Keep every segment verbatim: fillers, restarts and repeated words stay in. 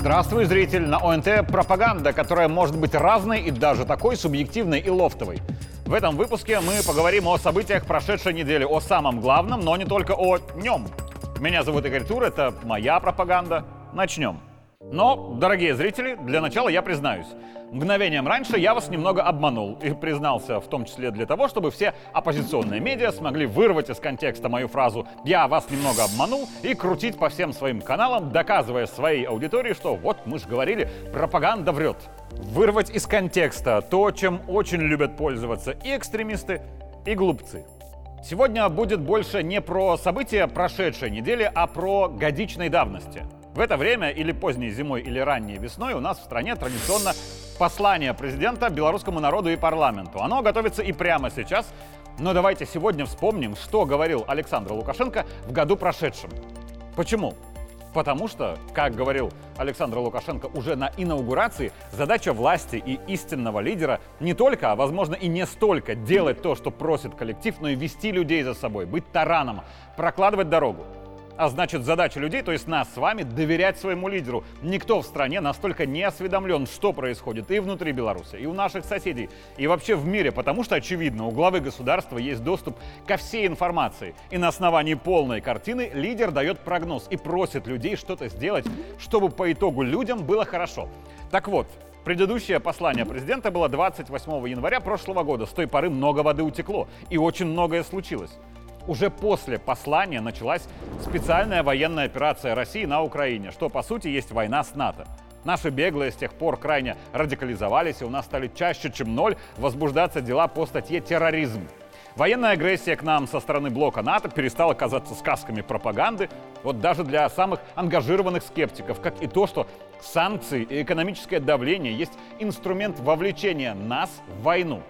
Здравствуй, зритель! На ОНТ пропаганда, которая может быть разной и даже такой субъективной и лофтовой. В этом выпуске мы поговорим о событиях прошедшей недели, о самом главном, но не только о нем. Меня зовут Игорь Тур, это моя пропаганда. Начнем. Но, дорогие зрители, для начала я признаюсь. Мгновением раньше я вас немного обманул и признался в том числе для того, чтобы все оппозиционные медиа смогли вырвать из контекста мою фразу «я вас немного обманул» и крутить по всем своим каналам, доказывая своей аудитории, что вот мы же говорили, пропаганда врет. Вырвать из контекста то, чем очень любят пользоваться и экстремисты, и глупцы. Сегодня будет больше не про события прошедшей недели, а про годичной давности. В это время, или поздней зимой, или ранней весной, у нас в стране традиционно послание президента белорусскому народу и парламенту. Оно готовится и прямо сейчас. Но давайте сегодня вспомним, что говорил Александр Лукашенко в году прошедшем. Почему? Потому что, как говорил Александр Лукашенко уже на инаугурации, задача власти и истинного лидера не только, а возможно и не столько делать то, что просит коллектив, но и вести людей за собой, быть тараном, прокладывать дорогу. А значит, задача людей, то есть нас с вами, доверять своему лидеру. Никто в стране настолько не осведомлен, что происходит и внутри Беларуси, и у наших соседей, и вообще в мире, потому что, очевидно, у главы государства есть доступ ко всей информации. И на основании полной картины лидер дает прогноз и просит людей что-то сделать, чтобы по итогу людям было хорошо. Так вот, предыдущее послание президента было двадцать восьмого января прошлого года. С той поры много воды утекло, и очень многое случилось. Уже после послания началась специальная военная операция России на Украине, что, по сути, есть война с НАТО. Наши беглые с тех пор крайне радикализовались, и у нас стали чаще, чем ноль, возбуждаться дела по статье «терроризм». Военная агрессия к нам со стороны блока НАТО перестала казаться сказками пропаганды, вот даже для самых ангажированных скептиков, как и то, что санкции и экономическое давление есть инструмент вовлечения нас в войну.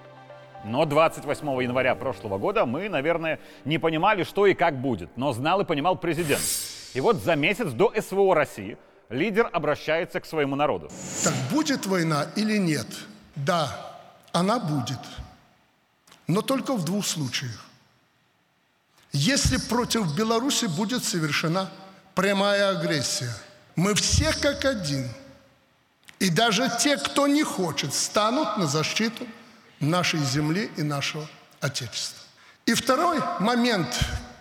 Но двадцать восьмого января прошлого года мы, наверное, не понимали, что и как будет, но знал и понимал президент. И вот за месяц до СВО России лидер обращается к своему народу. Так будет война или нет? Да, она будет. Но только в двух случаях. Если против Беларуси будет совершена прямая агрессия, мы все как один, и даже те, кто не хочет, станут на защиту нашей земли и нашего Отечества. И второй момент,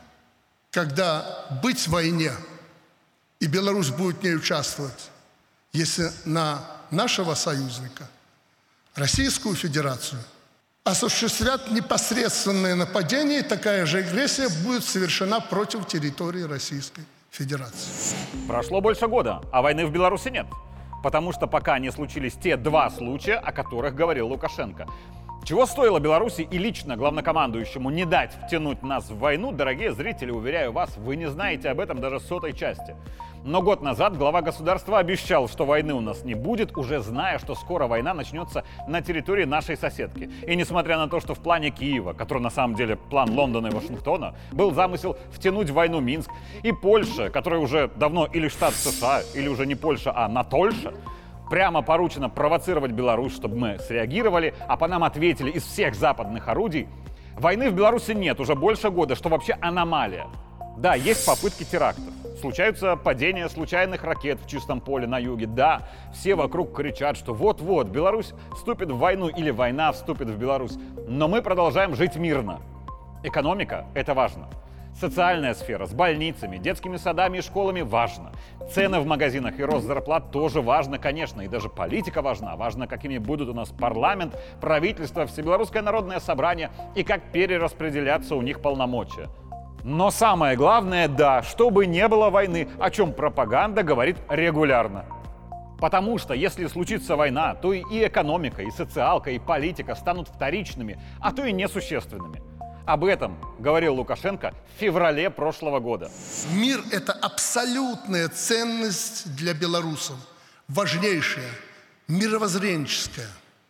когда быть в войне, и Беларусь будет в ней участвовать, если на нашего союзника, Российскую Федерацию, осуществят непосредственное нападение, и такая же агрессия будет совершена против территории Российской Федерации. Прошло больше года, а войны в Беларуси нет. Потому что пока не случились те два случая, о которых говорил Лукашенко. Чего стоило Беларуси и лично главнокомандующему не дать втянуть нас в войну, дорогие зрители, уверяю вас, вы не знаете об этом даже сотой части. Но год назад глава государства обещал, что войны у нас не будет, уже зная, что скоро война начнется на территории нашей соседки. И несмотря на то, что в плане Киева, который на самом деле план Лондона и Вашингтона, был замысел втянуть в войну Минск, и Польша, которая уже давно или штат США, или уже не Польша, а Натольша, прямо поручено провоцировать Беларусь, чтобы мы среагировали, а по нам ответили из всех западных орудий. Войны в Беларуси нет уже больше года, что вообще аномалия. Да, есть попытки терактов. Случаются падения случайных ракет в чистом поле на юге. Да, все вокруг кричат, что вот-вот Беларусь вступит в войну или война вступит в Беларусь. Но мы продолжаем жить мирно. Экономика – это важно. Социальная сфера с больницами, детскими садами и школами важно. Цены в магазинах и рост зарплат тоже важно, конечно. И даже политика важна. Важно, какими будут у нас парламент, правительство, Всебелорусское народное собрание и как перераспределяться у них полномочия. Но самое главное, да, чтобы не было войны, о чем пропаганда говорит регулярно. Потому что если случится война, то и экономика, и социалка, и политика станут вторичными, а то и несущественными. Об этом говорил Лукашенко в феврале прошлого года. Мир – это абсолютная ценность для белорусов, важнейшая, мировоззренческая.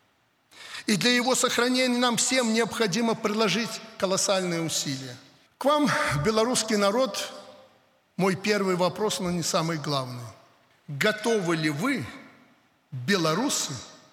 И для его сохранения нам всем необходимо приложить колоссальные усилия. К вам, белорусский народ, мой первый вопрос, но не самый главный. Готовы ли вы, белорусы,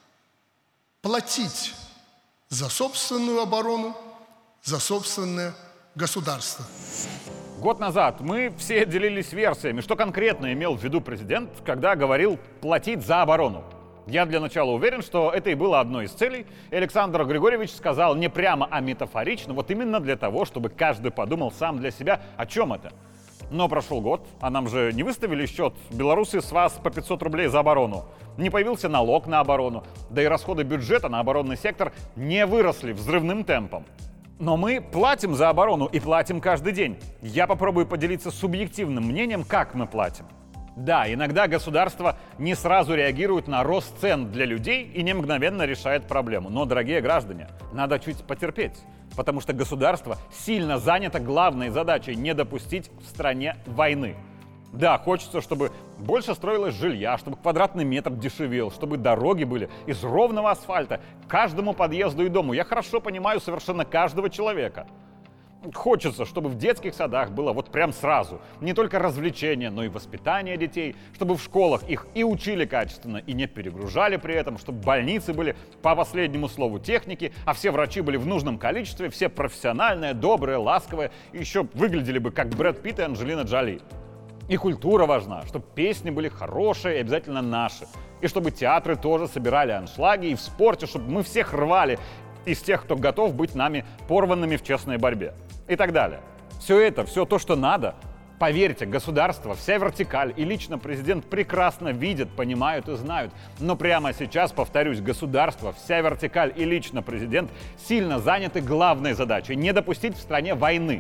платить за собственную оборону, за собственное государство? Год назад мы все делились версиями, что конкретно имел в виду президент, когда говорил «платить за оборону». Я для начала уверен, что это и было одной из целей. И Александр Григорьевич сказал не прямо, а метафорично, вот именно для того, чтобы каждый подумал сам для себя, о чем это. Но прошел год, а нам же не выставили счет. Белорусы с вас по пятьсот рублей за оборону. Не появился налог на оборону, да и расходы бюджета на оборонный сектор не выросли взрывным темпом. Но мы платим за оборону и платим каждый день. Я попробую поделиться субъективным мнением, как мы платим. Да, иногда государство не сразу реагирует на рост цен для людей и не мгновенно решает проблему. Но, дорогие граждане, надо чуть потерпеть, потому что государство сильно занято главной задачей – не допустить в стране войны. Да, хочется, чтобы больше строилось жилья, чтобы квадратный метр дешевел, чтобы дороги были из ровного асфальта к каждому подъезду и дому. Я хорошо понимаю совершенно каждого человека. Хочется, чтобы в детских садах было вот прям сразу не только развлечение, но и воспитание детей, чтобы в школах их и учили качественно, и не перегружали при этом, чтобы больницы были по последнему слову техники, а все врачи были в нужном количестве, все профессиональные, добрые, ласковые, и еще выглядели бы как Брэд Питт и Анджелина Джоли. И культура важна, чтобы песни были хорошие и обязательно наши, и чтобы театры тоже собирали аншлаги, и в спорте, чтобы мы всех рвали из тех, кто готов быть нами порванными в честной борьбе. И так далее. Все это, все то, что надо, поверьте, государство, вся вертикаль и лично президент прекрасно видят, понимают и знают. Но прямо сейчас, повторюсь, государство, вся вертикаль и лично президент сильно заняты главной задачей – не допустить в стране войны.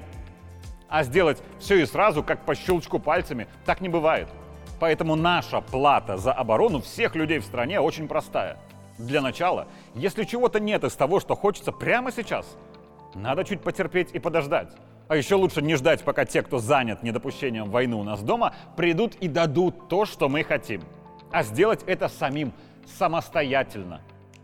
А сделать все и сразу, как по щелчку пальцами, так не бывает. Поэтому наша плата за оборону всех людей в стране очень простая. Для начала, если чего-то нет из того, что хочется прямо сейчас, надо чуть потерпеть и подождать. А еще лучше не ждать, пока те, кто занят недопущением войны у нас дома, придут и дадут то, что мы хотим. А сделать это самим, самостоятельно.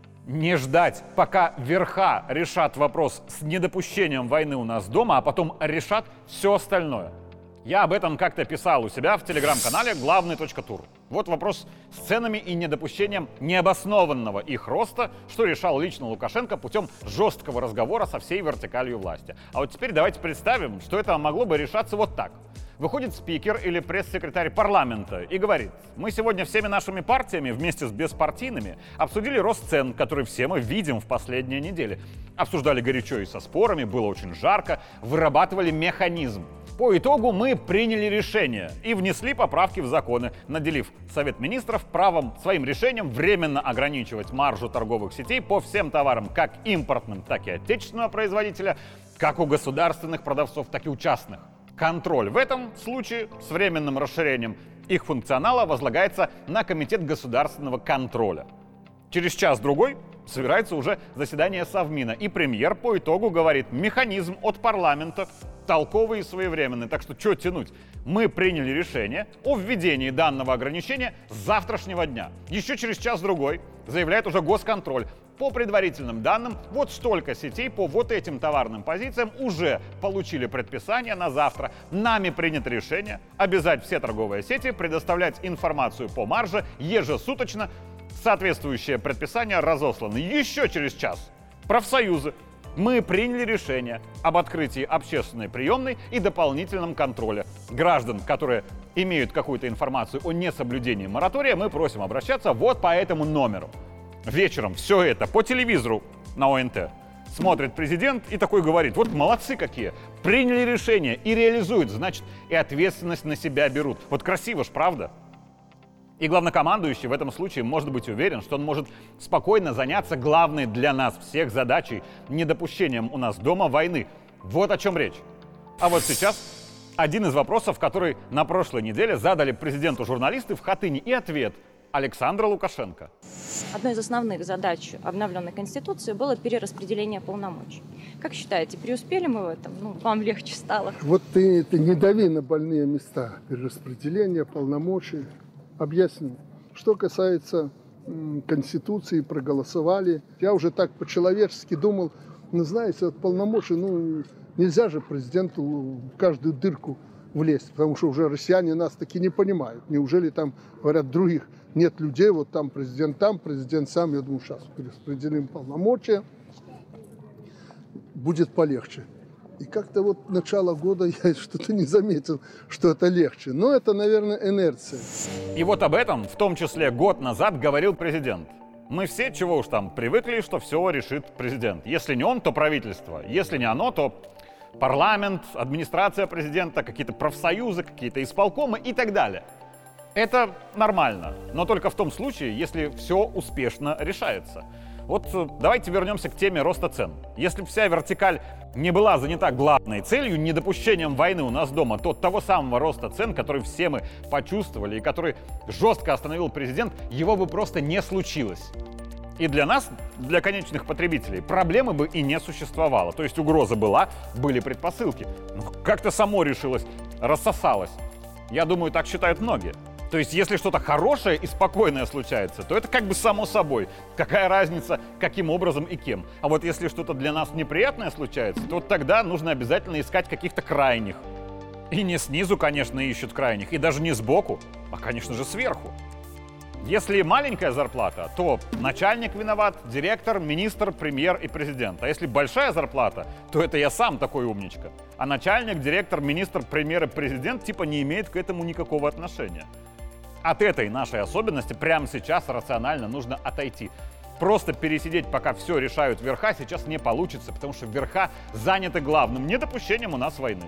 Не ждать, пока верха решат вопрос с недопущением войны у нас дома, а потом решат все остальное. Я об этом как-то писал у себя в телеграм-канале главный точка тур. Вот вопрос с ценами и недопущением необоснованного их роста, что решал лично Лукашенко путем жесткого разговора со всей вертикалью власти. А вот теперь давайте представим, что это могло бы решаться вот так. Выходит спикер или пресс-секретарь парламента и говорит: мы сегодня всеми нашими партиями вместе с беспартийными обсудили рост цен, который все мы видим в последние недели. Обсуждали горячо и со спорами, было очень жарко, вырабатывали механизм. По итогу мы приняли решение и внесли поправки в законы, наделив Совет Министров правом своим решением временно ограничивать маржу торговых сетей по всем товарам, как импортным, так и отечественного производителя, как у государственных продавцов, так и у частных. Контроль в этом случае с временным расширением их функционала возлагается на Комитет государственного контроля. Через час-другой собирается уже заседание Совмина, и премьер по итогу говорит: механизм от парламента толковый и своевременный, так что что тянуть? Мы приняли решение о введении данного ограничения с завтрашнего дня. Еще через час-другой заявляет уже госконтроль: по предварительным данным, вот столько сетей по вот этим товарным позициям уже получили предписание на завтра. Нами принято решение обязать все торговые сети предоставлять информацию по марже ежесуточно. Соответствующее предписание разослано. Еще через час профсоюзы. Мы приняли решение об открытии общественной приемной и дополнительном контроле. Граждан, которые имеют какую-то информацию о несоблюдении моратория, мы просим обращаться вот по этому номеру. Вечером все это по телевизору на О Н Т смотрит президент и такой говорит: вот молодцы какие, приняли решение и реализуют, значит, и ответственность на себя берут. Вот красиво ж, правда? И главнокомандующий в этом случае может быть уверен, что он может спокойно заняться главной для нас всех задачей – недопущением у нас дома войны. Вот о чем речь. А вот сейчас один из вопросов, который на прошлой неделе задали президенту журналисты в Хатыни, и ответ Александра Лукашенко. Одной из основных задач обновленной Конституции было перераспределение полномочий. Как считаете, преуспели мы в этом? Ну, вам легче стало? Вот ты это не дави на больные места. Перераспределение полномочий. Объясню. Что касается м, Конституции, проголосовали. Я уже так по-человечески думал, ну, знаете, от полномочий, ну, нельзя же президенту в каждую дырку влезть, потому что уже россияне нас таки не понимают. Неужели там, говорят, других нет людей, вот там президент там, президент сам. Я думаю, сейчас перераспределим полномочия, будет полегче. И как-то вот начало года я что-то не заметил, что это легче. Но это, наверное, инерция. И вот об этом, в том числе год назад, говорил президент. Мы все, чего уж там, привыкли, что все решит президент. Если не он, то правительство. Если не оно, то парламент, администрация президента, какие-то профсоюзы, какие-то исполкомы и так далее. Это нормально, но только в том случае, если все успешно решается. Вот давайте вернемся к теме роста цен. Если бы вся вертикаль не была занята главной целью, недопущением войны у нас дома, то того самого роста цен, который все мы почувствовали и который жестко остановил президент, его бы просто не случилось. И для нас, для конечных потребителей, проблемы бы и не существовало. То есть угроза была, были предпосылки. Но как-то само решилось, рассосалось. Я думаю, так считают многие. То есть, если что-то хорошее и спокойное случается, то это как бы само собой. Какая разница, каким образом и кем. А вот если что-то для нас неприятное случается, то вот тогда нужно обязательно искать каких-то крайних. И не снизу, конечно, ищут крайних, и даже не сбоку, а, конечно же, сверху. Если маленькая зарплата, то начальник виноват, директор, министр, премьер и президент. А если большая зарплата, то это я сам такой умничка. А начальник, директор, министр, премьер и президент типа не имеют к этому никакого отношения. От этой нашей особенности прямо сейчас рационально нужно отойти. Просто пересидеть, пока все решают верха, сейчас не получится, потому что верха заняты главным недопущением у нас войны.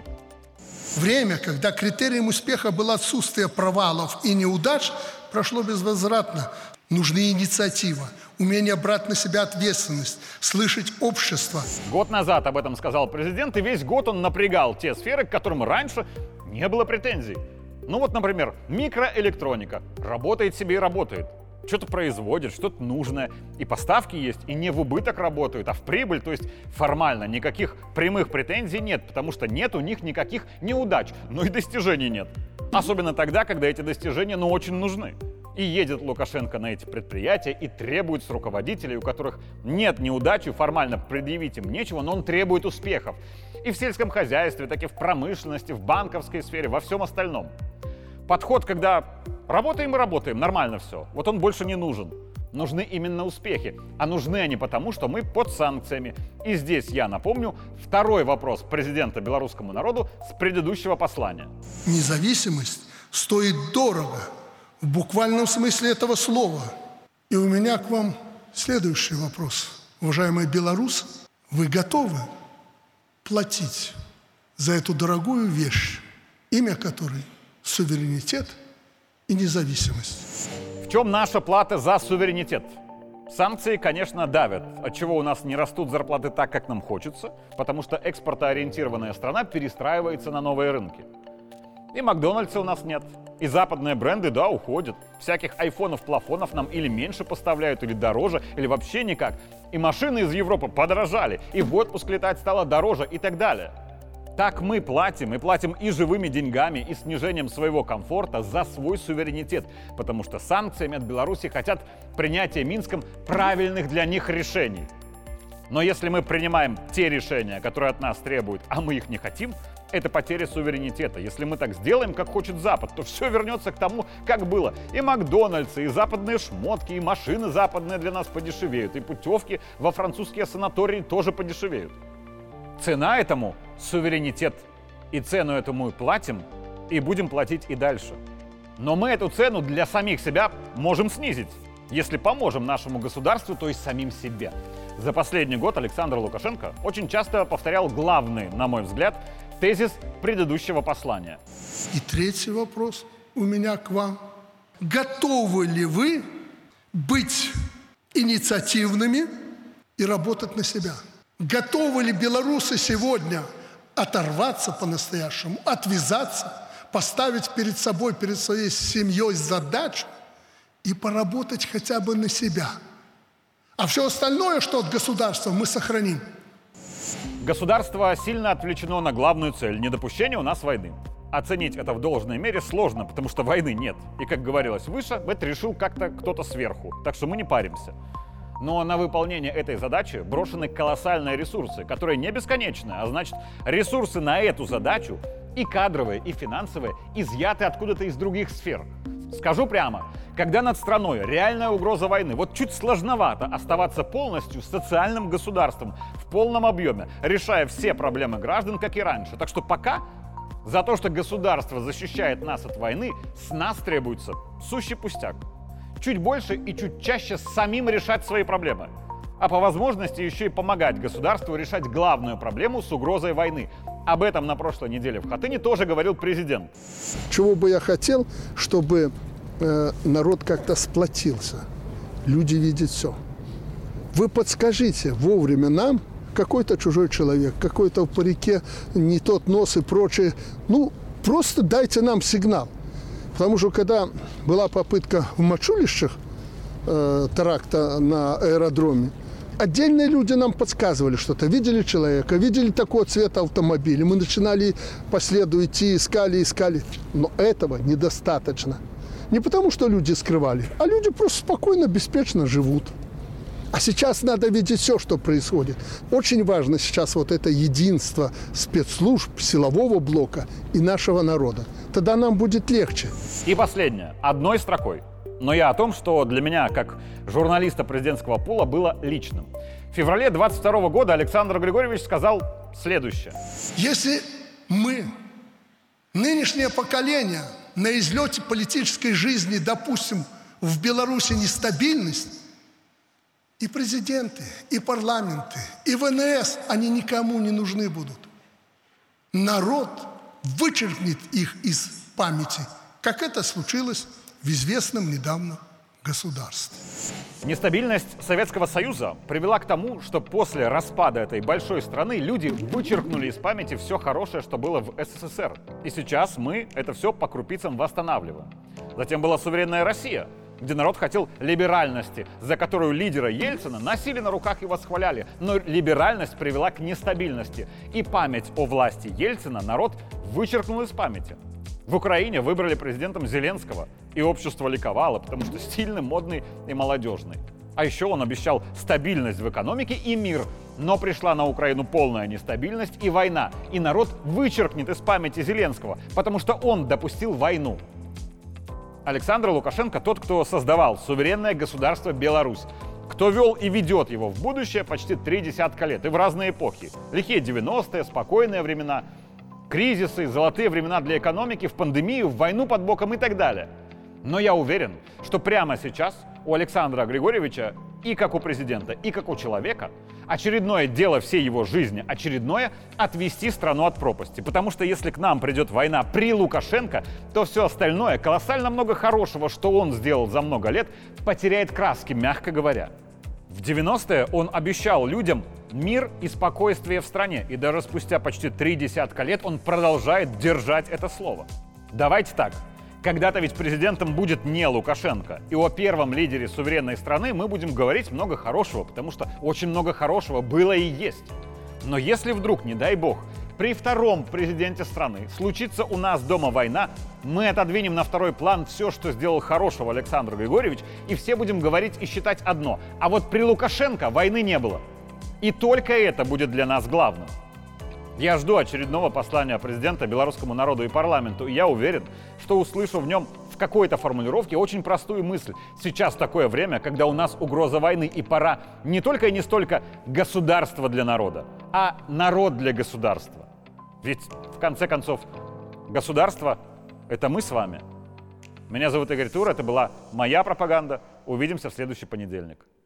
Время, когда критерием успеха было отсутствие провалов и неудач, прошло безвозвратно. Нужны инициатива, умение брать на себя ответственность, слышать общество. Год назад об этом сказал президент, и весь год он напрягал те сферы, к которым раньше не было претензий. Ну вот, например, микроэлектроника. Работает себе и работает. Что-то производит, что-то нужное. И поставки есть, и не в убыток работают, а в прибыль. То есть формально никаких прямых претензий нет, потому что нет у них никаких неудач, но и достижений нет. Особенно тогда, когда эти достижения, ну, очень нужны. И едет Лукашенко на эти предприятия и требует с руководителей, у которых нет неудачи, формально предъявить им нечего, но он требует успехов. И в сельском хозяйстве, так и в промышленности, в банковской сфере, во всем остальном. Подход, когда работаем и работаем, нормально все. Вот он больше не нужен. Нужны именно успехи. А нужны они потому, что мы под санкциями. И здесь я напомню второй вопрос президента белорусскому народу с предыдущего послания. Независимость стоит дорого, в буквальном смысле этого слова. И у меня к вам следующий вопрос. Уважаемые белорусы, вы готовы платить за эту дорогую вещь, имя которой суверенитет и независимость? В чем наша плата за суверенитет? Санкции, конечно, давят, отчего у нас не растут зарплаты так, как нам хочется, потому что экспортоориентированная страна перестраивается на новые рынки. И Макдональдса у нас нет, и западные бренды, да, уходят. Всяких айфонов, плафонов нам или меньше поставляют, или дороже, или вообще никак. И машины из Европы подорожали, и в отпуск летать стало дороже и так далее. Так мы платим, и платим и живыми деньгами, и снижением своего комфорта за свой суверенитет, потому что санкциями от Беларуси хотят принятия Минском правильных для них решений. Но если мы принимаем те решения, которые от нас требуют, а мы их не хотим, это потеря суверенитета. Если мы так сделаем, как хочет Запад, то все вернется к тому, как было. И Макдональдсы, и западные шмотки, и машины западные для нас подешевеют, и путевки во французские санатории тоже подешевеют. Цена этому – суверенитет. И цену этому мы платим, и будем платить и дальше. Но мы эту цену для самих себя можем снизить, если поможем нашему государству, то есть самим себе. За последний год Александр Лукашенко очень часто повторял главный, на мой взгляд, тезис предыдущего послания. И третий вопрос у меня к вам. Готовы ли вы быть инициативными и работать на себя? Готовы ли белорусы сегодня оторваться по-настоящему, отвязаться, поставить перед собой, перед своей семьей задачу и поработать хотя бы на себя? А все остальное, что от государства, мы сохраним. Государство сильно отвлечено на главную цель – недопущение у нас войны. Оценить это в должной мере сложно, потому что войны нет. И, как говорилось выше, это решил как-то кто-то сверху, так что мы не паримся. Но на выполнение этой задачи брошены колоссальные ресурсы, которые не бесконечны, а значит, ресурсы на эту задачу, и кадровые, и финансовые, изъяты откуда-то из других сфер. Скажу прямо, когда над страной реальная угроза войны, вот чуть сложновато оставаться полностью социальным государством в полном объеме, решая все проблемы граждан, как и раньше. Так что пока за то, что государство защищает нас от войны, с нас требуется сущий пустяк. Чуть больше и чуть чаще самим решать свои проблемы. А по возможности еще и помогать государству решать главную проблему с угрозой войны. Об этом на прошлой неделе в Хатыне тоже говорил президент. Чего бы я хотел, чтобы э, народ как-то сплотился. Люди видят все. Вы подскажите вовремя нам, какой-то чужой человек, какой-то по реке не тот нос и прочее. Ну, просто дайте нам сигнал. Потому что когда была попытка в Мачулищах э, теракта на аэродроме, отдельные люди нам подсказывали что-то. Видели человека, видели такого цвета автомобиля. Мы начинали по следу идти, искали, искали. Но этого недостаточно. Не потому, что люди скрывали, а люди просто спокойно, беспечно живут. А сейчас надо видеть все, что происходит. Очень важно сейчас вот это единство спецслужб, силового блока и нашего народа. Тогда нам будет легче. И последнее, одной строкой. Но я о том, что для меня, как журналиста президентского пула, было личным. В феврале двадцать второго года Александр Григорьевич сказал следующее. Если мы, нынешнее поколение, на излете политической жизни допустим в Беларуси нестабильность, и президенты, и парламенты, и вэ эн эс, они никому не нужны будут. Народ вычеркнет их из памяти, как это случилось в известном недавно государстве. Нестабильность Советского Союза привела к тому, что после распада этой большой страны люди вычеркнули из памяти все хорошее, что было в эс эс эс эр. И сейчас мы это все по крупицам восстанавливаем. Затем была суверенная Россия, где народ хотел либеральности, за которую лидера Ельцина носили на руках и восхваляли. Но либеральность привела к нестабильности. И память о власти Ельцина народ вычеркнул из памяти. В Украине выбрали президентом Зеленского, и общество ликовало, потому что стильный, модный и молодежный. А еще он обещал стабильность в экономике и мир. Но пришла на Украину полная нестабильность и война. И народ вычеркнет из памяти Зеленского, потому что он допустил войну. Александр Лукашенко тот, кто создавал суверенное государство Беларусь, кто вел и ведет его в будущее почти три десятка лет и в разные эпохи. Лихие девяностые, спокойные времена, кризисы, золотые времена для экономики, в пандемию, в войну под боком и так далее. Но я уверен, что прямо сейчас у Александра Григорьевича и как у президента, и как у человека очередное дело всей его жизни, очередное отвести страну от пропасти. Потому что если к нам придет война при Лукашенко, то все остальное, колоссально много хорошего, что он сделал за много лет, потеряет краски, мягко говоря. В девяностые он обещал людям мир и спокойствие в стране. И даже спустя почти три десятка лет он продолжает держать это слово. Давайте так. Когда-то ведь президентом будет не Лукашенко. И о первом лидере суверенной страны мы будем говорить много хорошего, потому что очень много хорошего было и есть. Но если вдруг, не дай бог, при втором президенте страны случится у нас дома война, мы отодвинем на второй план все, что сделал хорошего Александр Григорьевич, и все будем говорить и считать одно. А вот при Лукашенко войны не было. И только это будет для нас главным. Я жду очередного послания президента белорусскому народу и парламенту, и я уверен, что услышу в нем в какой-то формулировке очень простую мысль. Сейчас такое время, когда у нас угроза войны, и пора не только и не столько государство для народа, а народ для государства. Ведь, в конце концов, государство — это мы с вами. Меня зовут Игорь Тур, это была моя пропаганда. Увидимся в следующий понедельник.